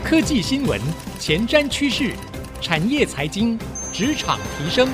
科技新闻、前瞻趋势、产业财经、职场提升，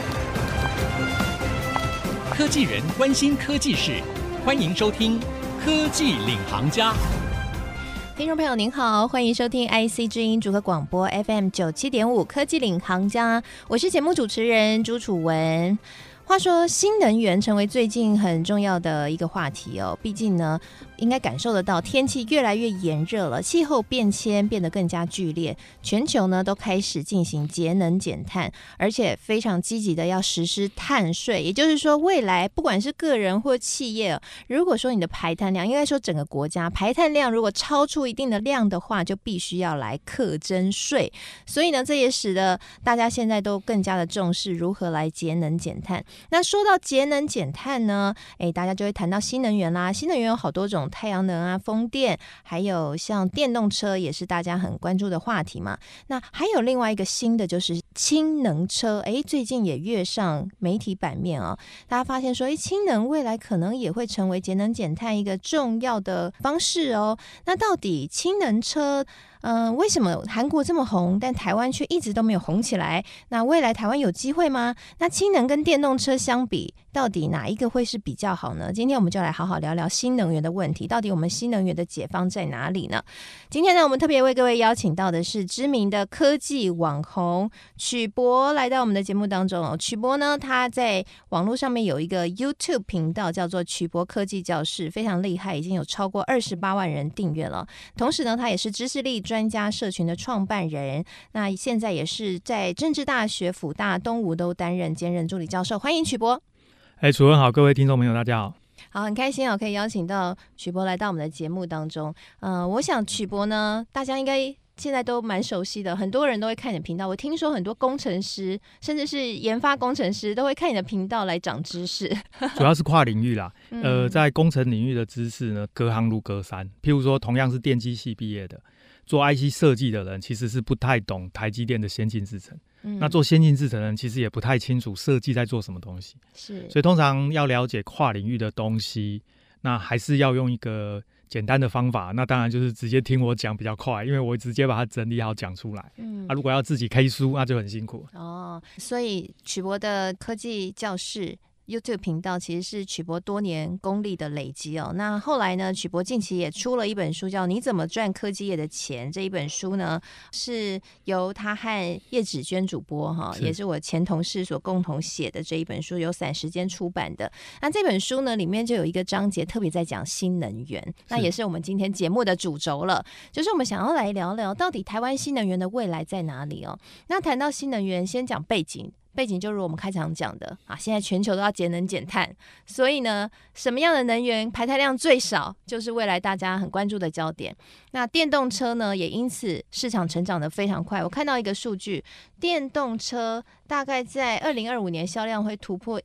科技人关心科技事，欢迎收听《科技领航家》。 听众朋友您好，欢迎收听 IC 之音主客广播 FM 97.5科技领航家，我是节目主持人朱楚文。话说新能源成为最近很重要的一个话题哦，毕竟呢应该感受得到天气越来越炎热了，气候变迁变得更加剧烈，全球呢都开始进行节能减碳，而且非常积极的要实施碳税，也就是说未来不管是个人或企业，如果说你的排碳量，应该说整个国家排碳量如果超出一定的量的话，就必须要来课征税，所以呢这也使得大家现在都更加的重视如何来节能减碳。那说到节能减碳呢，大家就会谈到新能源啦。新能源有好多种，太阳能啊、风电，还有像电动车也是大家很关注的话题嘛。那还有另外一个新的就是氢能车，最近也跃上媒体版面哦。大家发现说，氢能未来可能也会成为节能减碳一个重要的方式哦。那到底氢能车为什么韩国这么红，但台湾却一直都没有红起来？那未来台湾有机会吗？那氢能跟电动车相比，到底哪一个会是比较好呢？今天我们就来好好聊聊新能源的问题，到底我们新能源的解方在哪里呢？今天呢，我们特别为各位邀请到的是知名的科技网红曲博来到我们的节目当中哦。曲博呢，他在网络上面有一个 YouTube 频道，叫做曲博科技教室，非常厉害，已经有超过28万人订阅了。同时呢，他也是知识力专家社群的创办人，那现在也是在政治大学、辅大、东吴都担任兼任助理教授。欢迎曲博。 主任好，各位听众朋友大家好。 好，很开心可以邀请到曲博来到我们的节目当中。我想曲博呢，大家应该现在都蛮熟悉的，很多人都会看你的频道。我听说很多工程师，甚至是研发工程师，都会看你的频道来长知识。 主要是跨领域啦，在工程领域的知识呢，隔行如隔山。譬如说，同样是电机系毕业的，做 IC 设计的人，其实是不太懂台积电的先进制程。那做先进制程的人，其实也不太清楚设计在做什么东西。是，所以通常要了解跨领域的东西，那还是要用一个简单的方法，那当然就是直接听我讲比较快，因为我直接把它整理好讲出来。如果要自己开书，那就很辛苦。 所以曲博的科技教室YouTube 频道其实是曲博多年功力的累积哦。那后来呢，曲博近期也出了一本书，叫《你怎么赚科技业的钱》。这一本书呢，是由他和叶芷娟主播也是我前同事所共同写的这一本书，由散时间出版的。那这本书呢，里面就有一个章节特别在讲新能源，那也是我们今天节目的主轴了，就是我们想要来聊聊到底台湾新能源的未来在哪里哦。那谈到新能源，先讲背景就如我们开场讲的现在全球都要节能减碳，所以呢，什么样的能源排碳量最少，就是未来大家很关注的焦点。那电动车呢，也因此市场成长得非常快。我看到一个数据，电动车大概在2025年销量会突破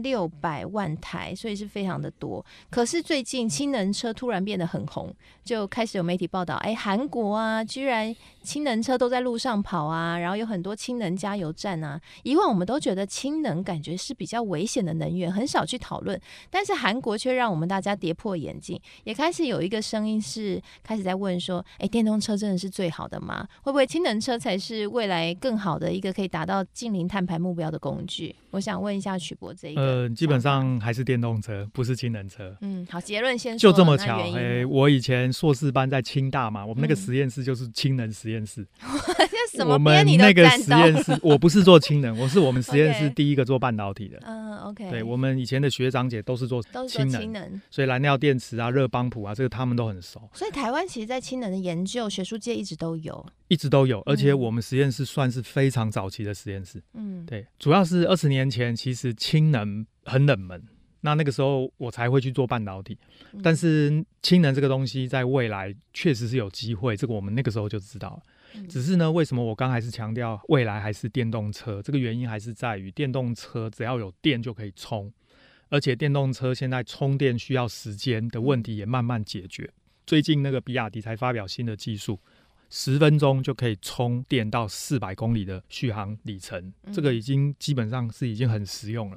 1600万台，所以是非常的多。可是最近氢能车突然变得很红，就开始有媒体报道，韩国居然氢能车都在路上跑然后有很多氢能加油站以往我们都觉得氢能感觉是比较危险的能源，很少去讨论，但是韩国却让我们大家跌破眼镜，也开始有一个声音是开始在问说，电动车真的是最好的吗？会不会氢能车才是未来更好的一个可以达到净零碳排目标的工具？我想问一下曲博这一个。 基本上还是电动车，不是氢能车。 好，结论先说。 就这么巧。我以前硕士班在清大嘛，我们那个实验室就是氢能实验室。 什么我们那个实验室，我不是做氢能，我是我们实验室第一个做半导体的。 OK。 对，我们以前的学长姐都是做氢能，所以燃料电池热帮浦这个他们都很熟。 所以台湾其实在氢能的研究，学术界一直都有， 而且我们实验室算是非常早期的实验室。对，主要是20年前其实氢能很冷门，那个时候我才会去做半导体。但是氢能这个东西在未来确实是有机会，这个我们那个时候就知道了。只是呢，为什么我刚还是强调未来还是电动车？这个原因还是在于电动车只要有电就可以充，而且电动车现在充电需要时间的问题也慢慢解决。最近那个比亚迪才发表新的技术，10分钟就可以充电到400公里的续航里程，这个已经基本上是已经很实用了。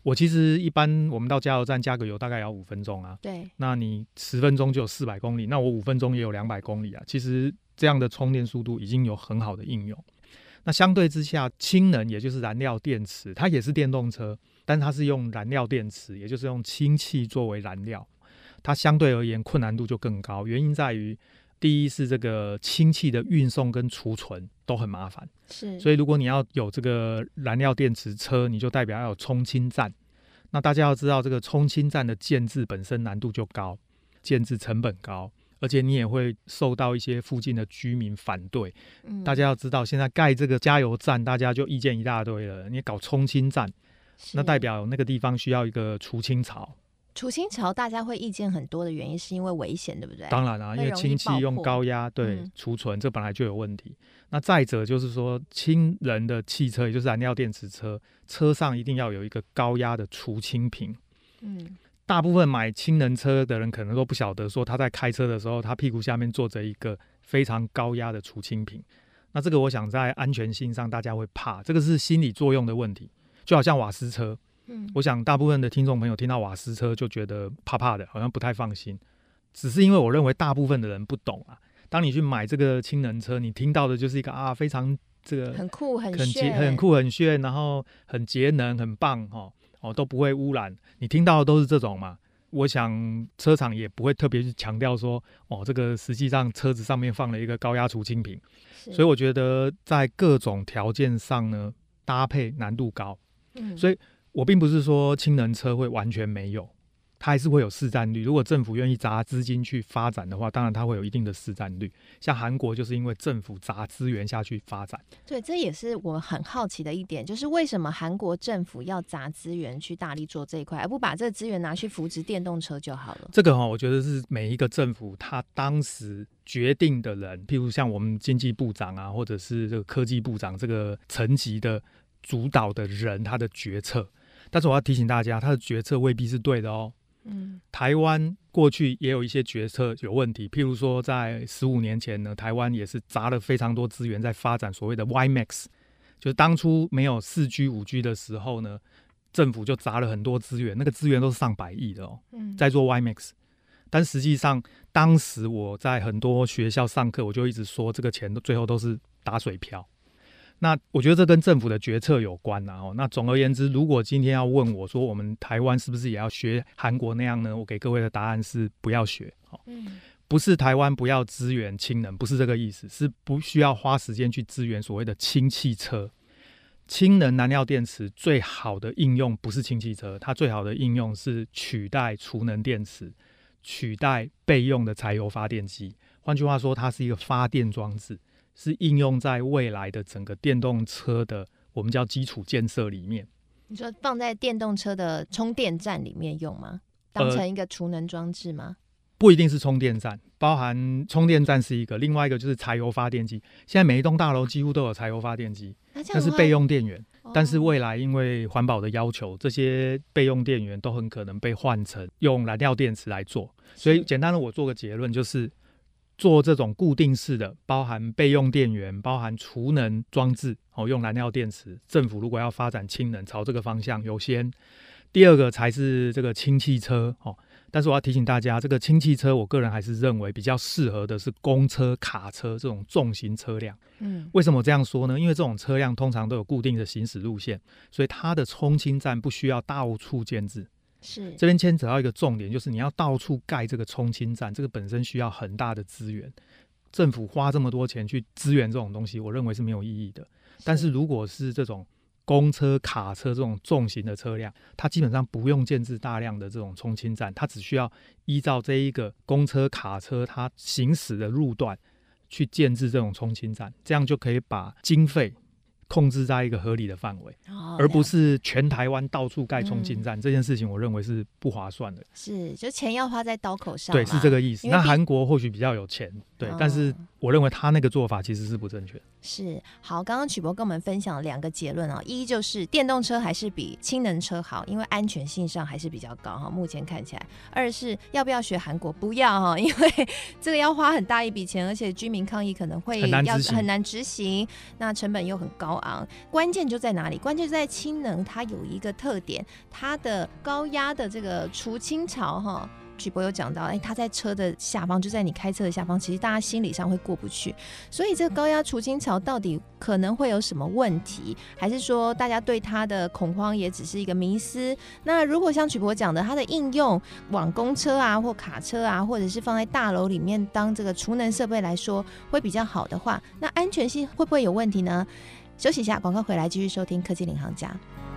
我其实一般我们到加油站加个油大概要5分钟啊， 对， 那你10分钟就有400公里，那我5分钟也有200公里啊。其实这样的充电速度已经有很好的应用。那相对之下，氢能也就是燃料电池，它也是电动车，但它是用燃料电池，也就是用氢气作为燃料，它相对而言困难度就更高。原因在于，第一是这个氢气的运送跟储存都很麻烦， 是， 所以如果你要有这个燃料电池车，你就代表要有充氢站。那大家要知道，这个充氢站的建制本身难度就高，建制成本高，而且你也会受到一些附近的居民反对。大家要知道，现在盖这个加油站，大家就意见一大堆了。你搞充氢站，那代表那个地方需要一个除氢槽。 除氢槽大家会意见很多的原因是因为危险，对不对？ 当然啦，因为氢气用高压对储存，这本来就有问题。那再者就是说，氢能的汽车，也就是燃料电池车，车上一定要有一个高压的除氢瓶。大部分买氢能车的人可能都不晓得，说他在开车的时候，他屁股下面坐着一个非常高压的除氢瓶。那这个我想在安全性上大家会怕，这个是心理作用的问题，就好像瓦斯车。我想大部分的听众朋友听到瓦斯车就觉得怕怕的，好像不太放心，只是因为我认为大部分的人不懂啊。当你去买这个氢能车，你听到的就是一个非常这个很酷很炫， 很酷很炫，然后很节能很棒都不会污染，你听到的都是这种嘛。我想车厂也不会特别去强调说这个实际上车子上面放了一个高压除氢瓶，所以我觉得在各种条件上呢搭配难度高。所以我并不是说氢能车会完全没有，它还是会有市占率。如果政府愿意砸资金去发展的话，当然它会有一定的市占率。像韩国就是因为政府砸资源下去发展。 对，这也是我很好奇的一点，就是为什么韩国政府要砸资源去大力做这一块，而不把这个资源拿去扶植电动车就好了？ 这个我觉得是每一个政府他当时决定的人，譬如像我们经济部长啊，或者是这个科技部长这个层级的主导的人，他的决策。但是我要提醒大家，他的决策未必是对的哦。台湾过去也有一些决策有问题，譬如说在15年前呢，台湾也是砸了非常多资源在发展所谓的 WiMAX， 就是当初没有4G 5G 的时候呢，政府就砸了很多资源，那个资源都是上百亿的在做 WiMAX。但实际上当时我在很多学校上课，我就一直说这个钱最后都是打水漂。那我觉得这跟政府的决策有关那总而言之，如果今天要问我说我们台湾是不是也要学韩国那样呢？我给各位的答案是不要学。不是台湾不要支援氢能，不是这个意思，是不需要花时间去支援所谓的氢汽车。氢能燃料电池最好的应用不是氢汽车，它最好的应用是取代储能电池，取代备用的柴油发电机。换句话说，它是一个发电装置，是应用在未来的整个电动车的我们叫基础建设里面。 你说放在电动车的充电站里面用吗？当成一个储能装置吗？ 不一定是充电站，包含充电站是一个，另外一个就是柴油发电机。现在每一栋大楼几乎都有柴油发电机，那是备用电源。但是未来因为环保的要求，这些备用电源都很可能被换成用燃料电池来做。所以简单的我做个结论，就是做这种固定式的，包含备用电源，包含储能装置用燃料电池，政府如果要发展氢能，朝这个方向优先。第二个才是这个氢汽车但是我要提醒大家，这个氢汽车我个人还是认为比较适合的是公车、卡车这种重型车辆。为什么这样说呢？因为这种车辆通常都有固定的行驶路线，所以它的充氢站不需要到处建置。 是， 这边牵扯到一个重点，就是你要到处盖这个充氢站，这个本身需要很大的资源。政府花这么多钱去支援这种东西，我认为是没有意义的。但是如果是这种公车、卡车这种重型的车辆，它基本上不用建置大量的这种充氢站，它只需要依照这一个公车、卡车它行驶的路段去建置这种充氢站，这样就可以把经费控制在一个合理的范围，而不是全台湾到处盖充氢站。这件事情我认为是不划算的。 是，就钱要花在刀口上。 对，是这个意思。那韩国或许比较有钱，对，但是我认为他那个做法其实是不正确。 是，好，刚刚曲博跟我们分享了2个结论一就是电动车还是比氢能车好，因为安全性上还是比较高目前看起来。2是要不要学韩国？不要因为这个要花很大一笔钱，而且居民抗议可能会很难执行，那成本又很高昂，关键就在哪里？关键就在氢能，它有一个特点，它的高压的这个除氢槽哈。曲博有讲到，它在车的下方，就在你开车的下方，其实大家心理上会过不去。所以这个高压除氢槽到底可能会有什么问题？还是说大家对它的恐慌也只是一个迷思？那如果像曲博讲的，它的应用往公车啊或卡车啊，或者是放在大楼里面当这个储能设备来说，会比较好的话，那安全性会不会有问题呢？休息一下，广告回来继续收听科技领航家。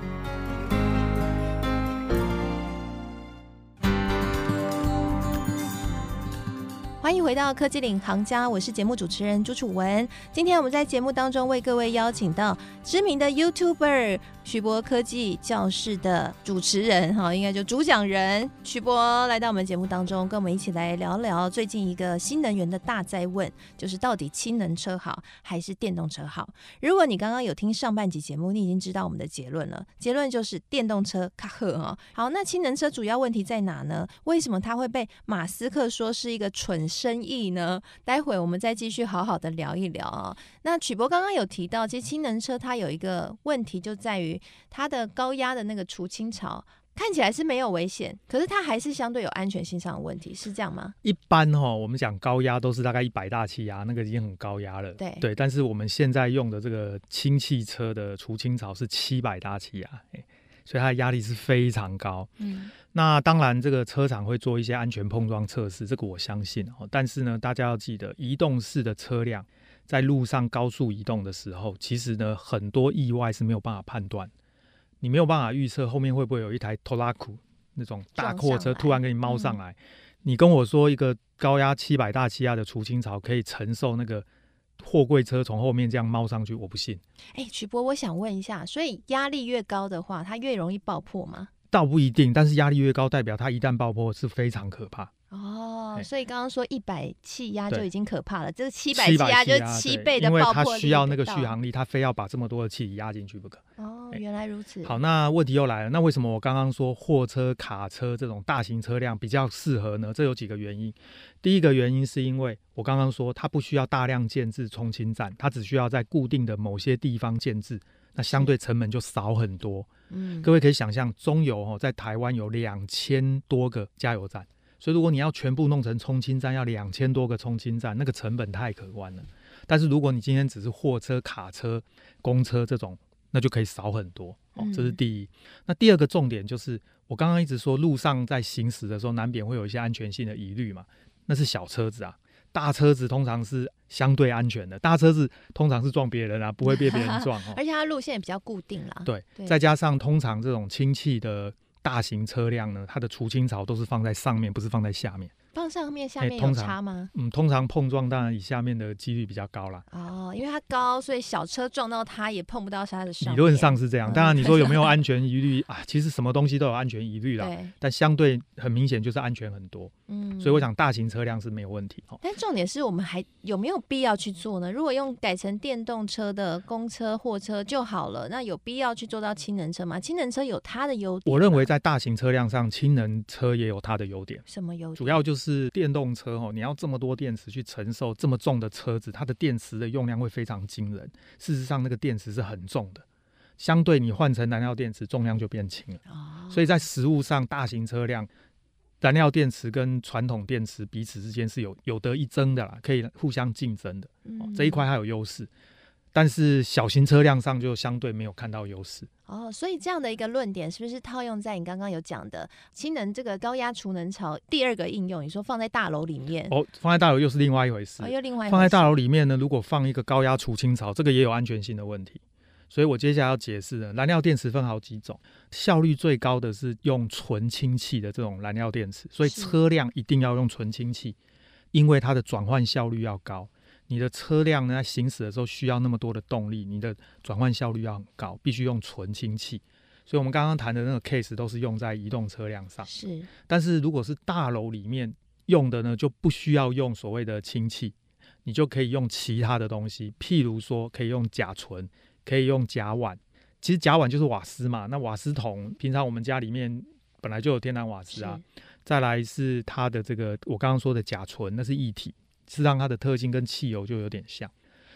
欢迎回到科技领航家，我是节目主持人朱楚文。今天我们在节目当中为各位邀请到知名的 YouTuber 徐博科技教室的主持人，应该就主讲人徐博来到我们节目当中，跟我们一起来聊聊最近一个新能源的大哉问，就是到底氢能车好还是电动车好？如果你刚刚有听上半集节目，你已经知道我们的结论了，结论就是电动车卡赫。好，那氢能车主要问题在哪呢？为什么它会被马斯克说是一个蠢生意呢？待会我们再继续好好的聊一聊那曲博刚刚有提到，其实氢能车它有一个问题，就在于它的高压的那个除氢槽看起来是没有危险，可是它还是相对有安全性上的问题，是这样吗？ 一般我们讲高压都是大概100大气压，那个已经很高压了。对，但是我们现在用的这个氢气车的除氢槽是700大气压，所以它的压力是非常高。那当然这个车厂会做一些安全碰撞测试，这个我相信。但是呢，大家要记得，移动式的车辆在路上高速移动的时候，其实呢很多意外是没有办法判断，你没有办法预测后面会不会有一台拖拉库那种大货车突然给你猫上来。你跟我说一个高压700大气压的除氢槽可以承受那个货柜车从后面这样猫上去，我不信。 曲博，我想问一下，所以压力越高的话，它越容易爆破吗？ 倒不一定，但是压力越高，代表它一旦爆破是非常可怕。 所以刚刚说100气压就已经可怕了，这个700气压就是7倍的爆破力， 因为它需要那个续航力，它非要把这么多的气体压进去不可。 原来如此。 好，那问题又来了，那为什么我刚刚说货车、卡车这种大型车辆比较适合呢？这有几个原因。第一个原因是因为我刚刚说它不需要大量建置充氢站，它只需要在固定的某些地方建置，那相对成本就少很多。各位可以想象，中油在台湾有2000多个加油站，所以如果你要全部弄成充氢站，要2000多个充氢站，那个成本太可观了。但是如果你今天只是货车、卡车、公车这种，那就可以少很多。这是第一。那第二个重点就是我刚刚一直说，路上在行驶的时候难免会有一些安全性的疑虑嘛，那是小车子啊。大车子通常是相对安全的，大车子通常是撞别人啊，不会被别人撞。 而且它路线也比较固定啦。 对，再加上通常这种氢气的大型车辆呢，它的除氢槽都是放在上面，不是放在下面。 放上面下面有差吗？ 通常碰撞当然以下面的几率比较高啦。 因为它高，所以小车撞到它也碰不到它的上面。 理论上是这样，当然你说有没有安全疑虑其实什么东西都有安全疑虑啦，但相对很明显就是安全很多。所以我想大型车辆是没有问题。 但重点是我们还有没有必要去做呢？如果用改成电动车的公车、货车就好了，那有必要去做到氢能车吗？氢能车有它的优点。 我认为在大型车辆上，氢能车也有它的优点。 什么优点？ 主要就是电动车你要这么多电池去承受这么重的车子，它的电池的用量会非常惊人。事实上那个电池是很重的，相对你换成燃料电池重量就变轻了。所以在实务上，大型车辆燃料电池跟传统电池彼此之间是有得一争的啦，可以互相竞争的。这一块还有优势。但是小型车辆上就相对没有看到优势。 所以这样的一个论点是不是套用在你刚刚有讲的氢能这个高压储能槽第二个应用？你说放在大楼里面放在大楼又是另外一回事。 又另外一回事。 放在大楼里面呢，如果放一个高压除氢槽，这个也有安全性的问题。所以我接下来要解释的，燃料电池分好几种，效率最高的是用纯氢气的这种燃料电池，所以车辆一定要用纯氢气，因为它的转换效率要高。你的车辆呢在行驶的时候需要那么多的动力，你的转换效率要很高，必须用纯氢气。所以我们刚刚谈的那个 case 都是用在移动车辆上。但是如果是大楼里面用的呢，就不需要用所谓的氢气，你就可以用其他的东西，譬如说可以用甲醇，可以用甲烷。其实甲烷就是瓦斯嘛，那瓦斯桶平常我们家里面本来就有天然瓦斯啊。再来是它的这个我刚刚说的甲醇，那是液体，事实上它的特性跟汽油就有点像，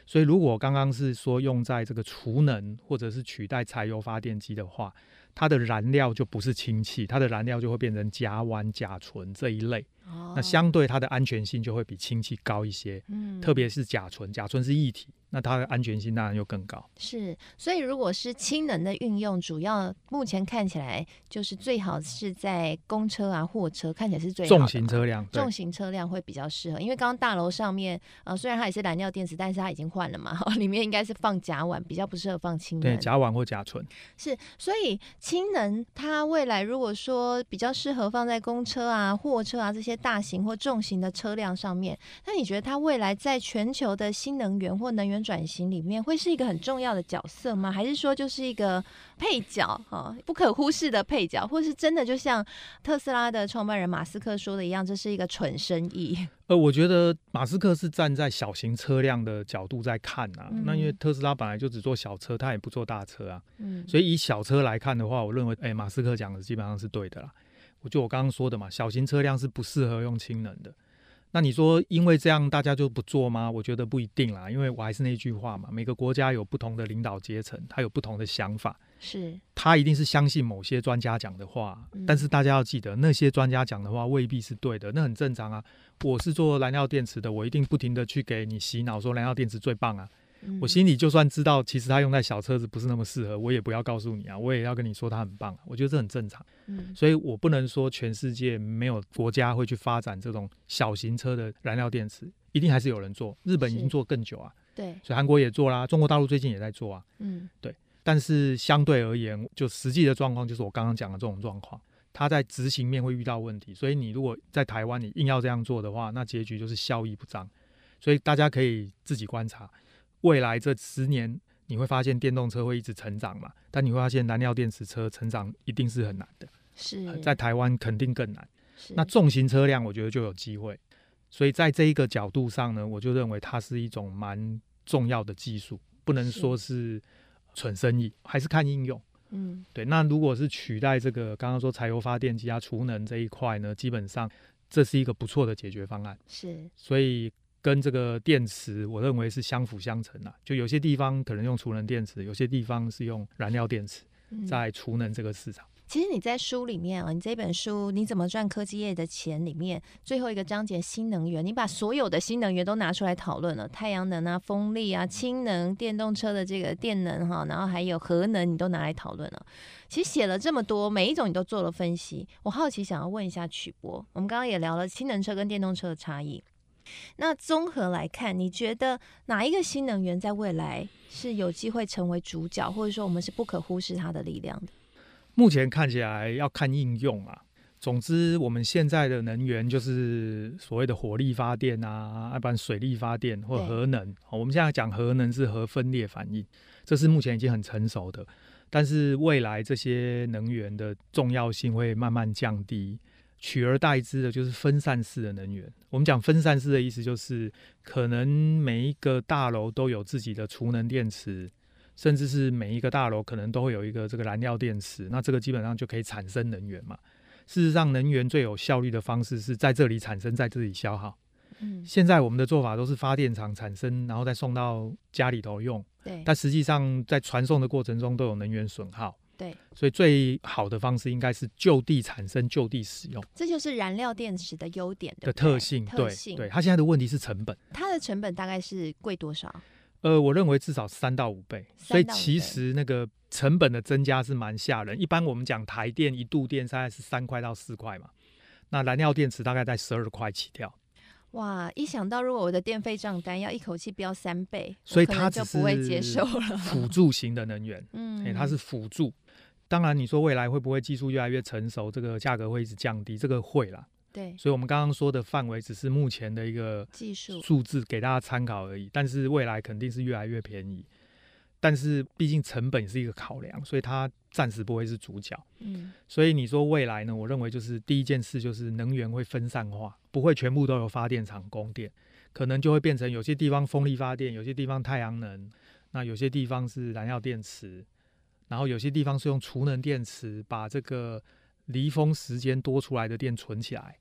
所以如果刚刚是说用在这个储能或者是取代柴油发电机的话，它的燃料就不是氢气，它的燃料就会变成甲烷、甲醇这一类。那相对它的安全性就会比氢气高一些，特别是甲醇，甲醇是液体，那它的安全性当然又更高。 是，所以如果是氢能的运用，主要目前看起来就是最好是在公车啊、货车，看起来是最好的重型车辆， 重型车辆会比较适合，因为刚刚大楼上面虽然它也是燃料电池，但是它已经换了嘛，里面应该是放甲烷，比较不适合放氢能。 对，甲烷或甲醇是，所以氢能它未来如果说比较适合放在公车啊、货车啊这些大型或重型的车辆上面，那你觉得它未来在全球的新能源或能源转型里面会是一个很重要的角色吗？还是说就是一个配角，不可忽视的配角，或是真的就像特斯拉的创办人马斯克说的一样，这是一个蠢生意？ 我觉得马斯克是站在小型车辆的角度在看啊，那因为特斯拉本来就只做小车，他也不做大车啊，所以以小车来看的话，我认为马斯克讲的基本上是对的啦。我刚刚说的嘛，小型车辆是不适合用氢能的。那你说因为这样大家就不做吗？我觉得不一定啦，因为我还是那句话嘛，每个国家有不同的领导阶层，他有不同的想法， 是他一定是相信某些专家讲的话，但是大家要记得，那些专家讲的话未必是对的，那很正常啊。我是做燃料电池的，我一定不停的去给你洗脑说燃料电池最棒啊。我心里就算知道其实它用在小车子不是那么适合，我也不要告诉你啊，我也要跟你说它很棒啊，我觉得这很正常。所以我不能说全世界没有国家会去发展这种小型车的燃料电池，一定还是有人做，日本已经做更久啊， 对， 所以韩国也做啦，中国大陆最近也在做啊，对。但是相对而言，就实际的状况就是我刚刚讲的这种状况，它在执行面会遇到问题，所以你如果在台湾你硬要这样做的话，那结局就是效益不彰。所以大家可以自己观察，未来这10年你会发现电动车会一直成长嘛，但你会发现燃料电池车成长一定是很难的， 是在台湾肯定更难。那重型车辆我觉得就有机会，所以在这一个角度上呢，我就认为它是一种蛮重要的技术，不能说是蠢生意，还是看应用。对。那如果是取代这个刚刚说柴油发电机啊、储能这一块呢，基本上这是一个不错的解决方案。 是，所以跟这个电池我认为是相辅相成啦，就有些地方可能用储能电池，有些地方是用燃料电池，在储能这个市场。 其实你在书里面你这本书你怎么赚科技业的钱里面最后一个章节新能源，你把所有的新能源都拿出来讨论了，太阳能啊、风力啊、氢能、电动车的这个电能然后还有核能，你都拿来讨论了。其实写了这么多，每一种你都做了分析。我好奇想要问一下曲波，我们刚刚也聊了氢能车跟电动车的差异，那综合来看，你觉得哪一个新能源在未来是有机会成为主角，或者说我们是不可忽视它的力量的？ 目前看起来要看应用啊。总之我们现在的能源就是所谓的火力发电啊，要不然水力发电或核能。我们现在讲核能是核分裂反应，这是目前已经很成熟的，但是未来这些能源的重要性会慢慢降低，取而代之的就是分散式的能源。我们讲分散式的意思就是可能每一个大楼都有自己的储能电池，甚至是每一个大楼可能都会有一个这个燃料电池，那这个基本上就可以产生能源嘛。事实上能源最有效率的方式是在这里产生，在这里消耗。现在我们的做法都是发电厂产生，然后再送到家里头用，对，但实际上在传送的过程中都有能源损耗。对，所以最好的方式应该是就地产生、就地使用，这就是燃料电池的优点的特性。对，它现在的问题是成本，它的成本大概是贵多少？我认为至少3到5倍，所以其实那个成本的增加是蛮吓人。一般我们讲台电1度电大概是3块到4块嘛，那燃料电池大概在12块起跳。哇！一想到如果我的电费账单要一口气飙3倍，所以它就不会接受了。辅助型的能源，它是辅助。当然，你说未来会不会技术越来越成熟，这个价格会一直降低？这个会啦。对，所以我们刚刚说的范围只是目前的一个技术数字给大家参考而已，但是未来肯定是越来越便宜。但是毕竟成本是一个考量，所以它暂时不会是主角。所以你说未来呢？我认为就是第一件事就是能源会分散化，不会全部都有发电厂供电，可能就会变成有些地方风力发电，有些地方太阳能，那有些地方是燃料电池，然后有些地方是用储能电池把这个离峰时间多出来的电存起来，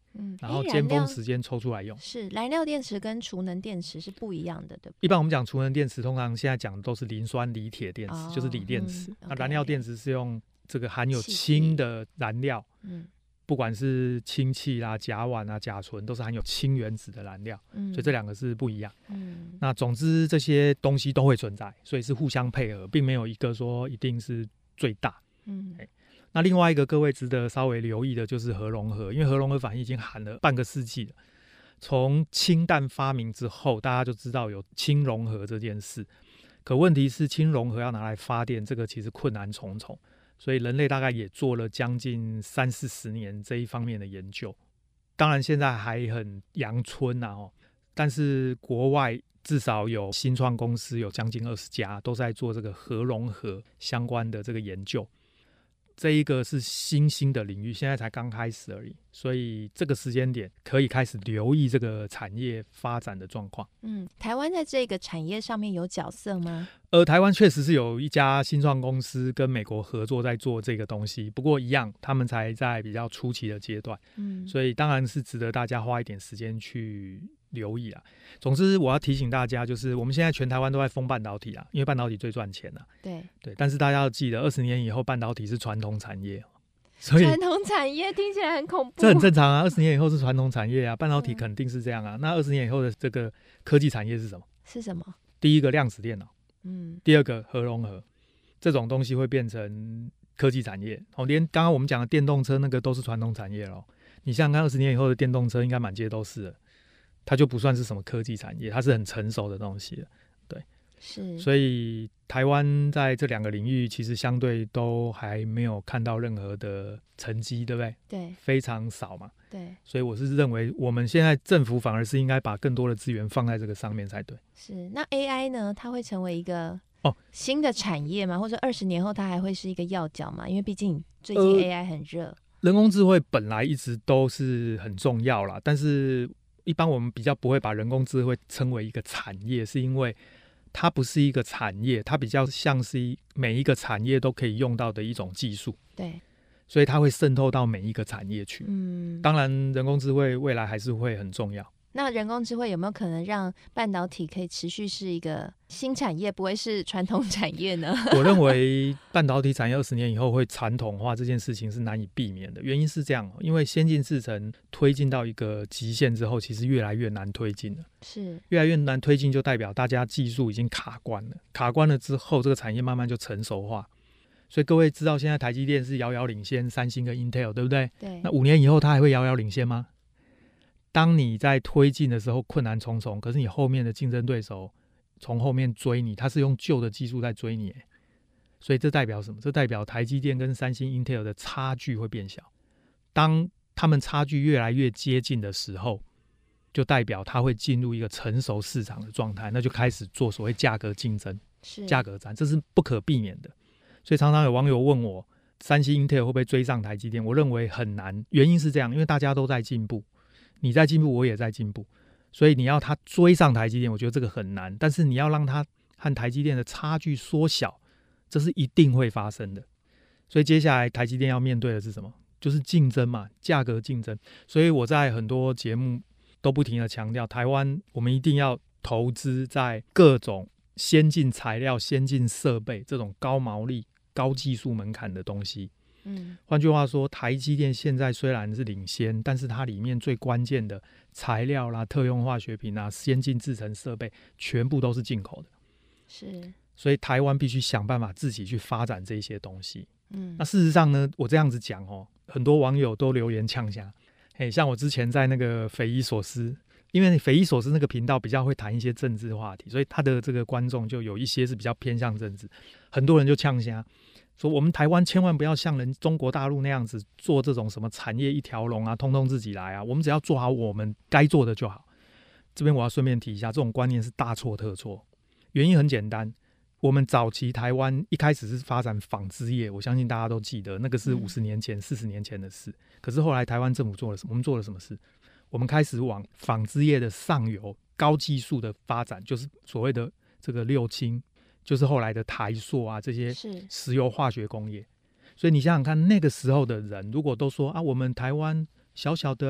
然后尖峰时间抽出来用。 是燃料电池跟储能电池是不一样的，对不对？ 一般我们讲储能电池，通常现在讲的都是磷酸锂铁电池，就是锂电池。那燃料电池是用这个含有氢的燃料，不管是氢气啦、甲烷啊、甲醇，都是含有氢原子的燃料，所以这两个是不一样。那总之这些东西都会存在，所以是互相配合，并没有一个说一定是最大。那另外一个各位值得稍微留意的就是核融合，因为核融合反应已经喊了半个世纪了。从氢弹发明之后，大家就知道有氢融合这件事。可问题是，氢融合要拿来发电，这个其实困难重重。所以人类大概也做了将近30-40年这一方面的研究，当然现在还很阳春但是国外至少有新创公司有将近20家都在做这个核融合相关的这个研究。这一个是新兴的领域，现在才刚开始而已，所以这个时间点可以开始留意这个产业发展的状况。 台湾在这个产业上面有角色吗？ 台湾确实是有一家新创公司跟美国合作在做这个东西，不过一样，他们才在比较初期的阶段，所以当然是值得大家花一点时间去留意啦。总之我要提醒大家，就是我们现在全台湾都在封半导体啊，因为半导体最赚钱啊。对，但是大家要记得20年以后半导体是传统产业，所以传统产业听起来很恐怖。 这很正常啊，20年以后是传统产业啊，半导体肯定是这样啊。那20年以后的这个科技产业是什么？ 是什么？ 第一个量子电脑，第二个核融合，这种东西会变成科技产业。连刚刚我们讲的电动车那个都是传统产业咯。你想想看，20年以后的电动车应该满街都是了，它就不算是什么科技产业，它是很成熟的东西了。对，是。所以台湾在这两个领域其实相对都还没有看到任何的成绩，对不对？对，非常少嘛。对，所以我是认为我们现在政府反而是应该把更多的资源放在这个上面才对。 是。那 AI 呢？它会成为一个新的产业吗？或者20年后它还会是一个要角吗？因为毕竟最近 AI 很热。 人工智慧本来一直都是很重要啦，但是一般我们比较不会把人工智慧称为一个产业，是因为它不是一个产业，它比较像是每一个产业都可以用到的一种技术。对，所以它会渗透到每一个产业去。当然人工智慧未来还是会很重要。 那人工智慧有没有可能让半导体可以持续是一个新产业，不会是传统产业呢？ 我认为半导体产业20年以后会传统化这件事情是难以避免的。原因是这样，因为先进制程推进到一个极限之后，其实越来越难推进了。是，越来越难推进就代表大家技术已经卡关了，卡关了之后这个产业慢慢就成熟化。所以各位知道现在台积电是遥遥领先三星跟 Intel， 对不对？对。那5年以后它还会遥遥领先吗？当你在推进的时候困难重重，可是你后面的竞争对手从后面追你，他是用旧的技术在追你，所以这代表什么？这代表台积电跟三星 Intel 的差距会变小。当他们差距越来越接近的时候，就代表它会进入一个成熟市场的状态，那就开始做所谓价格竞争、价格战，这是不可避免的。所以常常有网友问我，三星 Intel 会不会追上台积电？我认为很难，原因是这样，因为大家都在进步。你在进步，我也在进步，所以你要他追上台积电，我觉得这个很难。但是你要让他和台积电的差距缩小，这是一定会发生的。所以接下来台积电要面对的是什么？就是竞争嘛，价格竞争。所以我在很多节目都不停的强调，台湾我们一定要投资在各种先进材料、先进设备这种高毛利、高技术门槛的东西。换句话说，台积电现在虽然是领先，但是它里面最关键的材料啦、特用化学品啦、先进制程设备全部都是进口的。是，所以台湾必须想办法自己去发展这些东西。那事实上呢，我这样子讲很多网友都留言呛下。像我之前在那个匪夷所思，因为匪夷所思那个频道比较会谈一些政治话题，所以他的这个观众就有一些是比较偏向政治，很多人就呛下。说我们台湾千万不要像中国大陆那样子做这种什么产业一条龙啊，通通自己来啊，我们只要做好我们该做的就好。这边我要顺便提一下，这种观念是大错特错。原因很简单，我们早期台湾一开始是发展纺织业，我相信大家都记得，那个是50年前、40年前的事。可是后来台湾政府做了什么？我们做了什么事？我们开始往纺织业的上游高技术的发展，就是所谓的这个六轻。就是后来的台塑啊，这些石油化学工业。所以你想想看，那个时候的人如果都说啊，我们台湾小小的啊，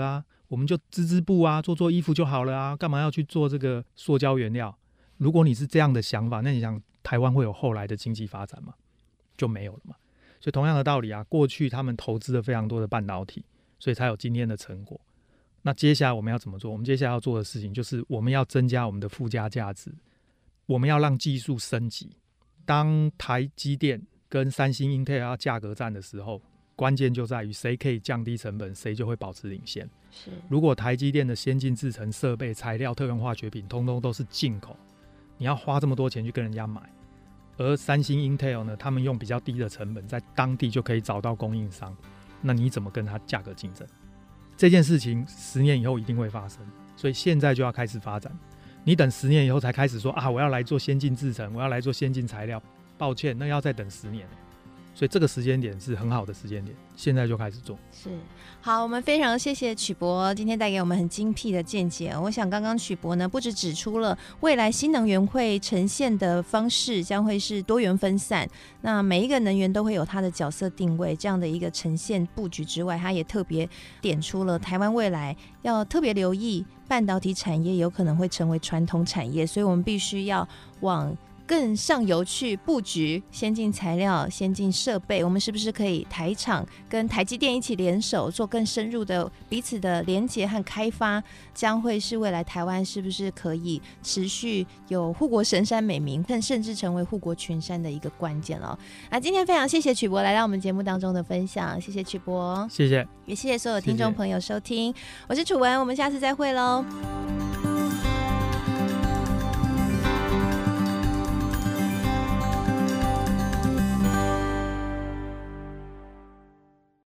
我们就织布啊，做衣服就好了啊，干嘛要去做这个塑胶原料？如果你是这样的想法，那你想台湾会有后来的经济发展吗？就没有了嘛。所以同样的道理啊，过去他们投资了非常多的半导体，所以才有今天的成果。那接下来我们要怎么做？我们接下来要做的事情就是我们要增加我们的附加价值，我们要让技术升级。当台积电跟三星、Intel 要价格战的时候，关键就在于谁可以降低成本，谁就会保持领先。如果台积电的先进制程设备、材料、特用化学品通通都是进口，你要花这么多钱去跟人家买，而三星、Intel 呢，他们用比较低的成本在当地就可以找到供应商，那你怎么跟他价格竞争？这件事情10年以后一定会发生，所以现在就要开始发展。你等10年以后才开始说啊，我要来做先进制程，我要来做先进材料，抱歉，那要再等10年。所以这个时间点是很好的时间点，现在就开始做。 是，好，我们非常谢谢曲博今天带给我们很精辟的见解。我想刚刚曲博呢，不只指出了未来新能源会呈现的方式将会是多元分散，那每一个能源都会有它的角色定位这样的一个呈现布局之外，他也特别点出了台湾未来要特别留意半导体产业有可能会成为传统产业，所以我们必须要往更上游去布局先进材料、先进设备，我们是不是可以台厂跟台积电一起联手，做更深入的彼此的连结和开发，将会是未来台湾是不是可以持续有护国神山美名，甚至成为护国群山的一个关键了。今天非常谢谢曲博来到我们节目当中的分享，谢谢曲博， 谢谢， 也谢谢所有听众朋友收听，我是楚文，我们下次再会喽。